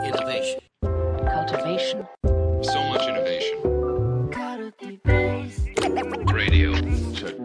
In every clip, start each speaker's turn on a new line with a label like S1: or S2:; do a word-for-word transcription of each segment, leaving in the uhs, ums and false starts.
S1: Innovation. Cultivation. So much innovation. Radio. Check.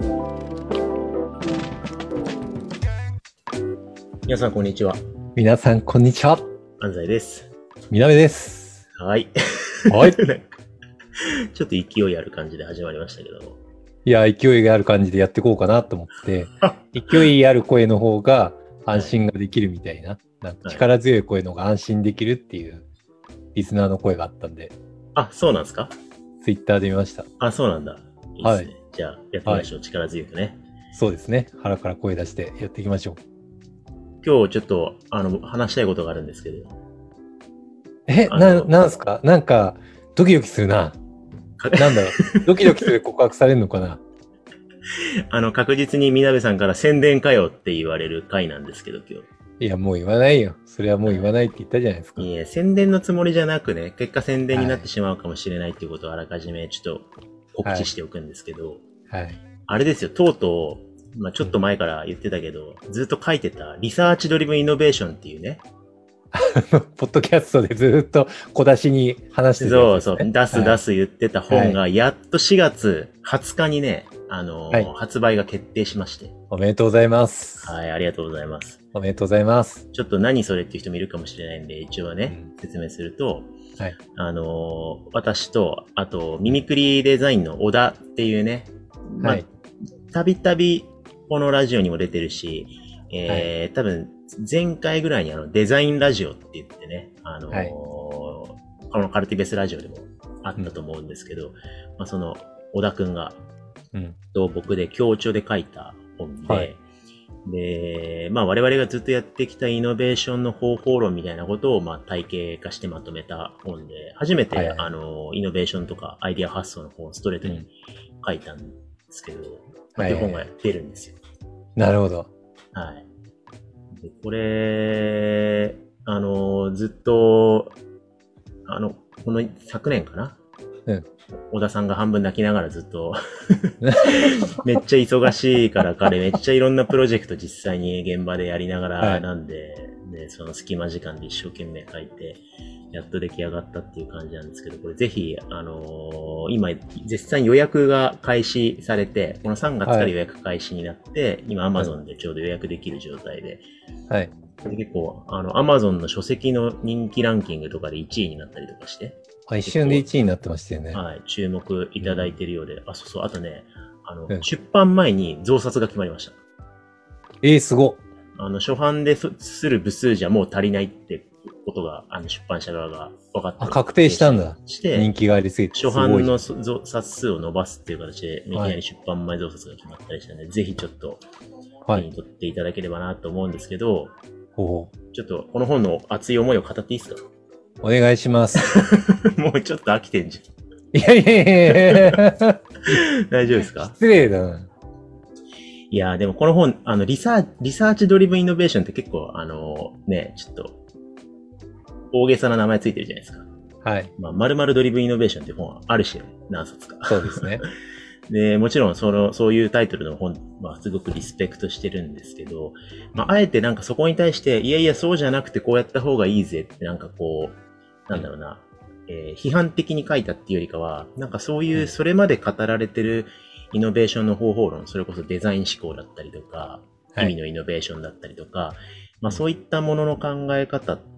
S2: 皆さんこんにちは。
S3: 皆さんこんにちは。
S2: 安西です。
S3: みなべです。
S2: はい。
S3: はい。
S2: ちょっと勢いある感じで始まりましたけども。
S3: いや、勢いがある感じでやっていこうかなと思って、勢いある声の方が安心ができるみたいな、はい、なんか力強い声の方が安心できるっていうリスナーの声があったんで。
S2: あ、そうなんですか？
S3: ツイッターで見ました。
S2: あ、そうなんだ。いいですね。はい、じゃあ、やってみましょう、はい。力強くね。
S3: そうですね。腹から声出してやっていきましょう。
S2: 今日ちょっと、あの、話したいことがあるんですけど。
S3: え、な、なんすか？なんか、ドキドキするな。なんだろう。ドキドキする告白されるのかな。
S2: あの、確実にみなべさんから宣伝かよって言われる回なんですけど、今
S3: 日。いや、もう言わないよ。それはもう言わないって言ったじゃないですか。
S2: いや、宣伝のつもりじゃなくね、結果宣伝になってしまうかもしれないっていうことをあらかじめちょっと告知しておくんですけど。はい。はい、あれですよ、とうとう、まあちょっと前から言ってたけど、うん、ずっと書いてたリサーチドリブンイノベーションっていうね。
S3: ポッドキャストでずっと小出しに話してる、ね。
S2: そうそう、出す出す言ってた本が、やっとしがつはつかにね、あのーはい、発売が決定しまして。
S3: おめでとうございます。
S2: はい、ありがとうございます。
S3: おめでとうございます。
S2: ちょっと何それっていう人もいるかもしれないんで、一応はね、うん、説明すると、はい、あのー、私と、あと、ミミクリデザインの小田っていうね、まあ、はい、たびたびこのラジオにも出てるし、えー、はい、多分、前回ぐらいにあのデザインラジオって言ってね、あのーはい、このカルティベスラジオでもあったと思うんですけど、うん、まあ、その小田くんが、うん、と僕で協調で書いた本で、はい、で、まあ我々がずっとやってきたイノベーションの方法論みたいなことをまあ体系化してまとめた本で、初めて、はいはい、あのイノベーションとかアイディア発想の方をストレートに書いたんですけど、うん、まあ、いう本が出るんですよ。
S3: なるほど。
S2: はい。でこれ、あの、ずっと、あの、この昨年かな、うん、小田さんが半分泣きながらずっと、めっちゃ忙しいから彼めっちゃいろんなプロジェクト実際に現場でやりながらなんで、はい、でその隙間時間で一生懸命書いて、やっと出来上がったっていう感じなんですけど、これぜひ、あのー、今、絶賛予約が開始されて、このさんがつから予約開始になって、はい、今 Amazon でちょうど予約できる状態で、はい。で結構、あの、Amazon の書籍の人気ランキングとかでいちいになったりとかして、
S3: あ、一瞬でいちいになってましたよね。
S2: はい、注目いただいているようで、うん、あ、そうそう、あとね、あの、うん、出版前に増刷が決まりました。
S3: えー、すごっ。
S2: あの、初版でする部数じゃもう足りないってことが、あの、出版社側が分かって
S3: あ、確定したんだ。して人気がありすぎて。
S2: 初版の冊数を伸ばすっていう形で、いきなり出版前増刷が決まったりしたので、はい、ぜひちょっと、手に取っていただければなと思うんですけど、はい、ちょっとこの本の熱い思いを語っていいですか？
S3: お願いします。
S2: もうちょっと飽きてんじ
S3: ゃん。いやいやいや
S2: 大丈夫ですか？
S3: 失礼だな。
S2: いやーでもこの本、あの、リサーチ、リサーチドリブンイノベーションって結構、あのー、ね、ちょっと、大げさな名前ついてるじゃないですか。はい。まあ、〇〇ドリブンイノベーションって本はあるし、何冊か。
S3: そうですね。
S2: で、もちろん、その、そういうタイトルの本はすごくリスペクトしてるんですけど、まあ、あえてなんかそこに対して、いやいや、そうじゃなくてこうやった方がいいぜってなんかこう、なんだろうな、えー、批判的に書いたっていうよりかは、なんかそういう、それまで語られてるイノベーションの方法論、それこそデザイン思考だったりとか、意味のイノベーションだったりとか、はい、まあそういったものの考え方って、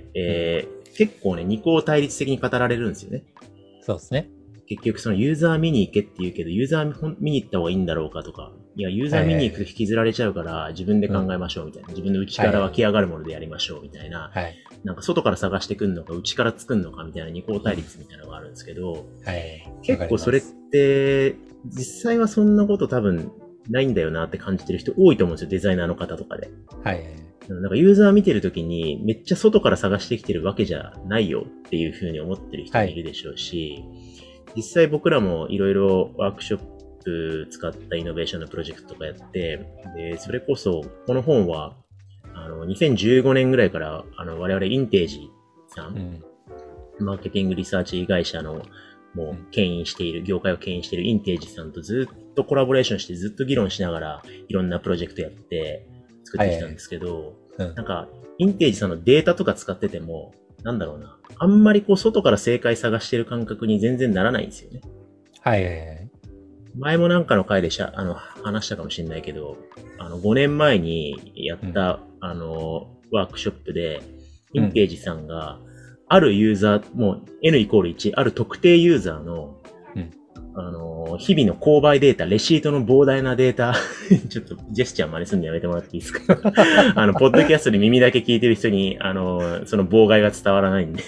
S2: えー、結構ね、二項対立的に語られるんですよね。
S3: そうですね。
S2: 結局そのユーザー見に行けって言うけど、ユーザー見に行った方がいいんだろうかとか、いや、ユーザー見に行くと引きずられちゃうから自分で考えましょうみたいな、うん、自分の内から湧き上がるものでやりましょうみたいな、はい、なんか外から探してくんのか内から作んのかみたいな二項対立みたいなのがあるんですけど、はい、結構それって実際はそんなこと多分ないんだよなって感じてる人多いと思うんですよ、デザイナーの方とかで。はい。なんかユーザー見てるときにめっちゃ外から探してきてるわけじゃないよっていうふうに思ってる人もいるでしょうし、はい、実際僕らもいろいろワークショップ使ったイノベーションのプロジェクトとかやって、で、それこそこの本はあのにせんじゅうごねんぐらいからあの我々インテージさん、うん、マーケティングリサーチ会社のもう牽引している、業界を牽引しているインテージさんとずっとコラボレーションしてずっと議論しながらいろんなプロジェクトやって作ってきたんですけど、はいはいうん、なんかインテージさんのデータとか使ってても、なんだろうな。あんまりこう外から正解探してる感覚に全然ならないんですよね。
S3: はいはいはい。
S2: 前もなんかの回でしゃ、あの、話したかもしれないけど、あの、ごねんまえにやった、うん、あの、ワークショップで、インテージさんが、あるユーザー、もう N イコールいち、ある特定ユーザーの、うん、あの、日々の購買データ、レシートの膨大なデータ、ちょっとジェスチャー真似するのやめてもらっていいですかあの、ポッドキャストで耳だけ聞いてる人に、あの、その妨害が伝わらないんで。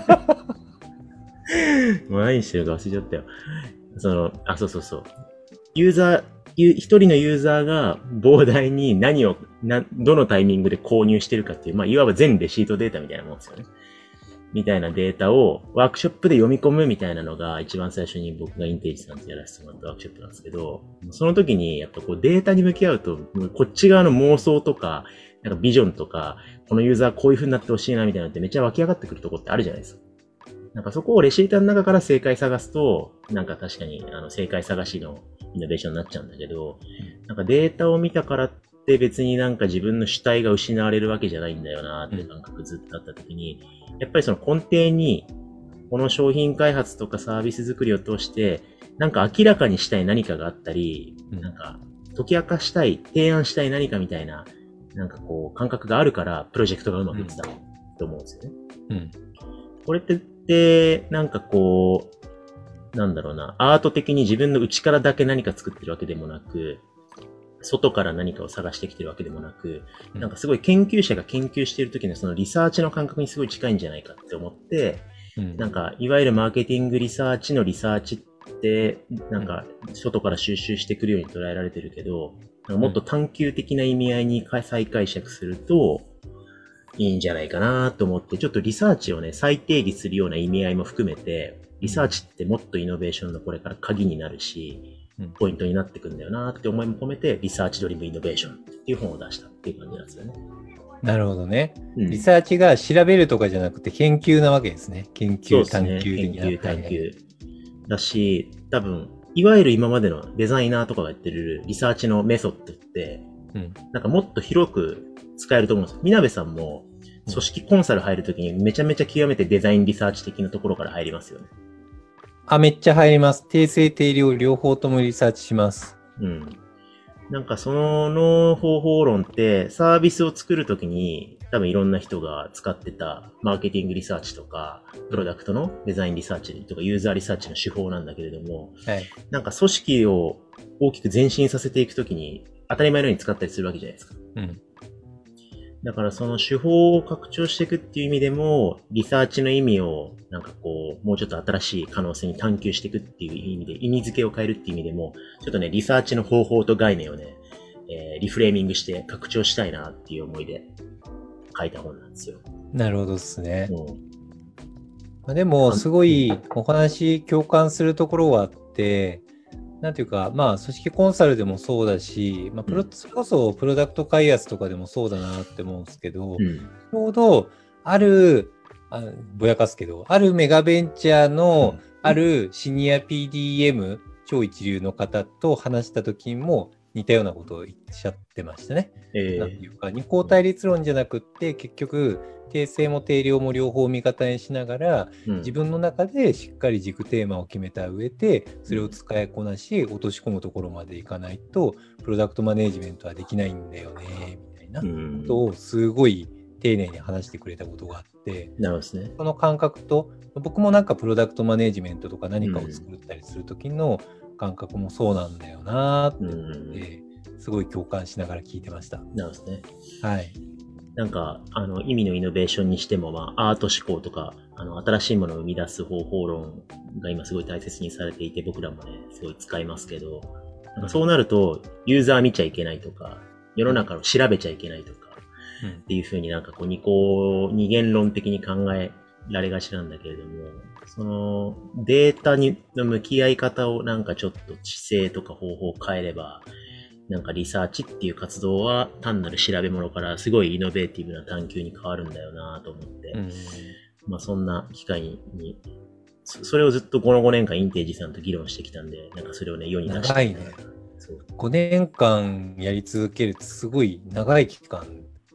S2: もう何してるか忘れちゃったよ。その、あ、そうそうそう。ユーザー、一人のユーザーが膨大に何を、な、どのタイミングで購入してるかっていう、まあ、いわば全レシートデータみたいなもんですよね。みたいなデータをワークショップで読み込むみたいなのが一番最初に僕がインテージさんとやらせてもらったワークショップなんですけど、その時にやっぱこうデータに向き合うと、こっち側の妄想とか、なんかビジョンとか、このユーザーこういう風になってほしいなみたいなのってめっちゃ湧き上がってくるとこってあるじゃないですか。なんかそこをレシートの中から正解探すと、なんか確かにあの正解探しのイノベーションになっちゃうんだけど、なんかデータを見たからって別になんか自分の主体が失われるわけじゃないんだよなって感覚ずっとあった時に、やっぱりその根底に、この商品開発とかサービス作りを通して、なんか明らかにしたい何かがあったり、なんか解き明かしたい、提案したい何かみたいな、なんかこう感覚があるから、プロジェクトがうまくいってたと思うんですよね。うん。これって、で、なんかこう、なんだろうな、アート的に自分の内からだけ何か作ってるわけでもなく、外から何かを探してきてるわけでもなく、なんかすごい研究者が研究している時のそのリサーチの感覚にすごい近いんじゃないかって思って、うん、なんかいわゆるマーケティングリサーチのリサーチって、なんか外から収集してくるように捉えられてるけど、もっと探求的な意味合いに再解釈すると、いいんじゃないかなと思って、ちょっとリサーチをね、再定義するような意味合いも含めて、リサーチってもっとイノベーションのこれから鍵になるし、ポイントになってくんだよなって思いも込めて、リサーチドリブンイノベーションっていう本を出したっていう感じなんですよね。
S3: なるほどね。うん、リサーチが調べるとかじゃなくて研究なわけですね。研究、探求的な。
S2: 研究、探求。だし、多分、いわゆる今までのデザイナーとかがやってるリサーチのメソッドって、うん、なんかもっと広く使えると思うんですよ。みなべさんも組織コンサル入るときにめちゃめちゃ極めてデザインリサーチ的なところから入りますよね。
S3: あ、めっちゃ入ります。定性定量両方ともリサーチします。
S2: うん。なんかその方法論ってサービスを作るときに多分いろんな人が使ってたマーケティングリサーチとかプロダクトのデザインリサーチとかユーザーリサーチの手法なんだけれども、はい、なんか組織を大きく前進させていくときに当たり前のように使ったりするわけじゃないですか。うん。だからその手法を拡張していくっていう意味でも、リサーチの意味をなんかこう、もうちょっと新しい可能性に探求していくっていう意味で、意味付けを変えるっていう意味でも、ちょっとね、リサーチの方法と概念をね、えー、リフレーミングして拡張したいなっていう思いで書いた本なんですよ。
S3: なるほどですね。うん、でも、すごいお話共感するところはあって、なんていうか、まあ、組織コンサルでもそうだし、まあ、プロ、それこそプロダクト開発とかでもそうだなって思うんですけど、うん、ちょうど、ある、あぼやかすけど、あるメガベンチャーの、あるシニア ピーディーエム、超一流の方と話した時も似たようなことを言っちゃってましたね。えー、なんていうか、二項対立論じゃなくって、結局、定性も定量も両方味方にしながら、うん、自分の中でしっかり軸テーマを決めた上でそれを使いこなし、落とし込むところまでいかないとプロダクトマネジメントはできないんだよねみたいなことをすごい丁寧に話してくれたことがあって、
S2: なるほどですね。
S3: その感覚と僕もなんかプロダクトマネジメントとか何かを作ったりする時の感覚もそうなんだよなって思ってすごい共感しながら聞いてました。
S2: なるほどですね。
S3: はい。
S2: なんか、あの、意味のイノベーションにしても、まあ、アート思考とか、あの、新しいものを生み出す方法論が今すごい大切にされていて、僕らもね、すごい使いますけど、なんかそうなると、ユーザー見ちゃいけないとか、世の中を調べちゃいけないとか、うん、っていう風になんかこう、二項、二元論的に考えられがちなんだけれども、その、データにの向き合い方をなんかちょっと知性とか方法を変えれば、なんかリサーチっていう活動は単なる調べ物からすごいイノベーティブな探求に変わるんだよなと思って、うん、まあそんな機会に、それをずっとこのごねんかんインテージさんと議論してきたんで、なんかそれをね、世に出して、
S3: 長いね。ごねんかんやり続けるってすごい長い期間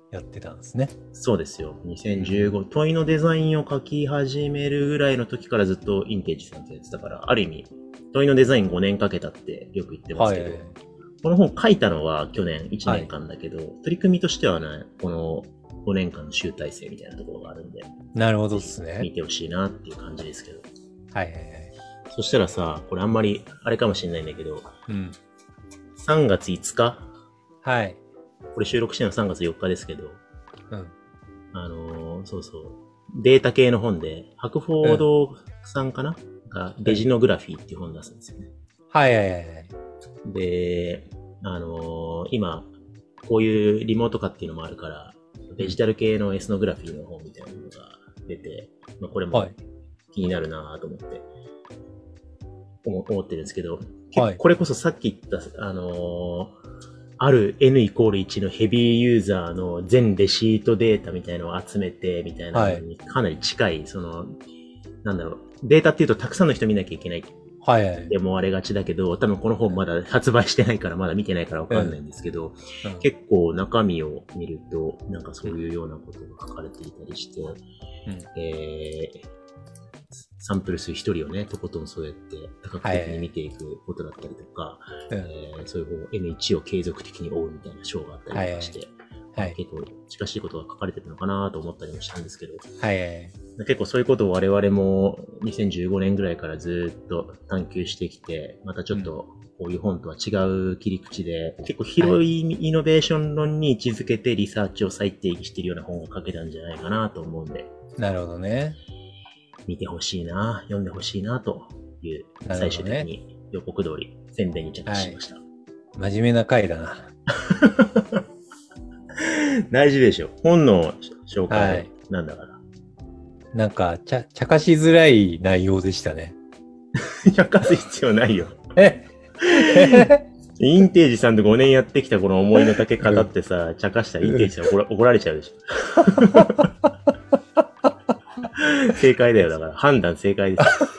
S3: やってたんですね。
S2: そうですよ。にせんじゅうご、問いのデザインを書き始めるぐらいの時からずっとインテージさんとやってたから、ある意味、問いのデザインごねんかけたってよく言ってますけど、はい、この本書いたのは去年いちねんかんだけど、はい、取り組みとしてはね、このごねんかんの集大成みたいなところがあるんで。
S3: なるほどですね。
S2: 見てほしいなっていう感じですけど。
S3: はいはいはい。
S2: そしたらさ、これあんまりあれかもしれないんだけど、うん、さんがついつか、
S3: はい。
S2: これ収録してるのはさんがつよっかですけど、
S3: うん。
S2: あのー、そうそう。データ系の本で、博報堂さんかな、うん、がデジノグラフィーっていう本出すんですよね。
S3: はいはいはい。で、
S2: あのー、今、こういうリモート化っていうのもあるから、デジタル系のエスノグラフィーの本みたいなのが出て、まあ、これも気になるなと思って、思ってるんですけど、はい、これこそさっき言った、あのー、ある N イコールいちのヘビーユーザーの全レシートデータみたいなのを集めてみたいなのにかなり近い、はい、その、なんだろう、データっていうとたくさんの人見なきゃいけないって思われがちだけど、多分この本まだ発売してないからまだ見てないからわかんないんですけど、うんうん、結構中身を見るとなんかそういうようなことが書かれていたりして、うんえーサンプル数一人をね、とことんそうやって多角的に見ていくことだったりとか、はいえー、そういう エヌワン を継続的に追うみたいな章があったりとかして、はいはい、結構近しいことが書かれてるのかなと思ったりもしたんですけど、はいはい、結構そういうことを我々もにせんじゅうごねんぐらいからずっと探求してきて、またちょっとこういう本とは違う切り口で、うん、結構広いイノベーション論に位置づけてリサーチを再定義しているような本を書けたんじゃないかなと思うんで。
S3: なるほどね。
S2: 見てほしいな、読んでほしいなという、最終的に予告通り宣伝に着手しました。
S3: はい、真面目な回だな。
S2: 大事でしょ。本の紹介なんだから。はい、
S3: なんか、ちゃ、茶化しづらい内容でしたね。
S2: 茶化す必要ないよ。えインテージさんとごねんやってきたこの思いの丈語ってさ、茶化したらインテージさん怒ら、怒られちゃうでしょ。正解だよ。だから判断正解です。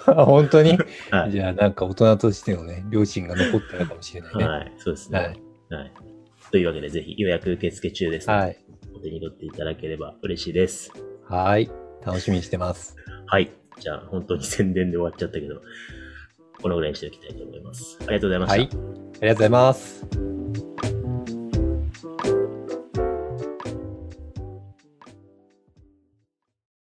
S3: あ、本当に、はい、じゃあなんか大人としてのね、良心が残ってるかもしれないね。
S2: はい、そうですね。はい。はい、というわけでぜひ予約受付中ですので、はい、お手に取っていただければ嬉しいです。
S3: はい。楽しみにしてます。
S2: はい。じゃあ本当に宣伝で終わっちゃったけど、このぐらいにしておきたいと思います。ありがとうございました。はい。あ
S3: りがとうございます。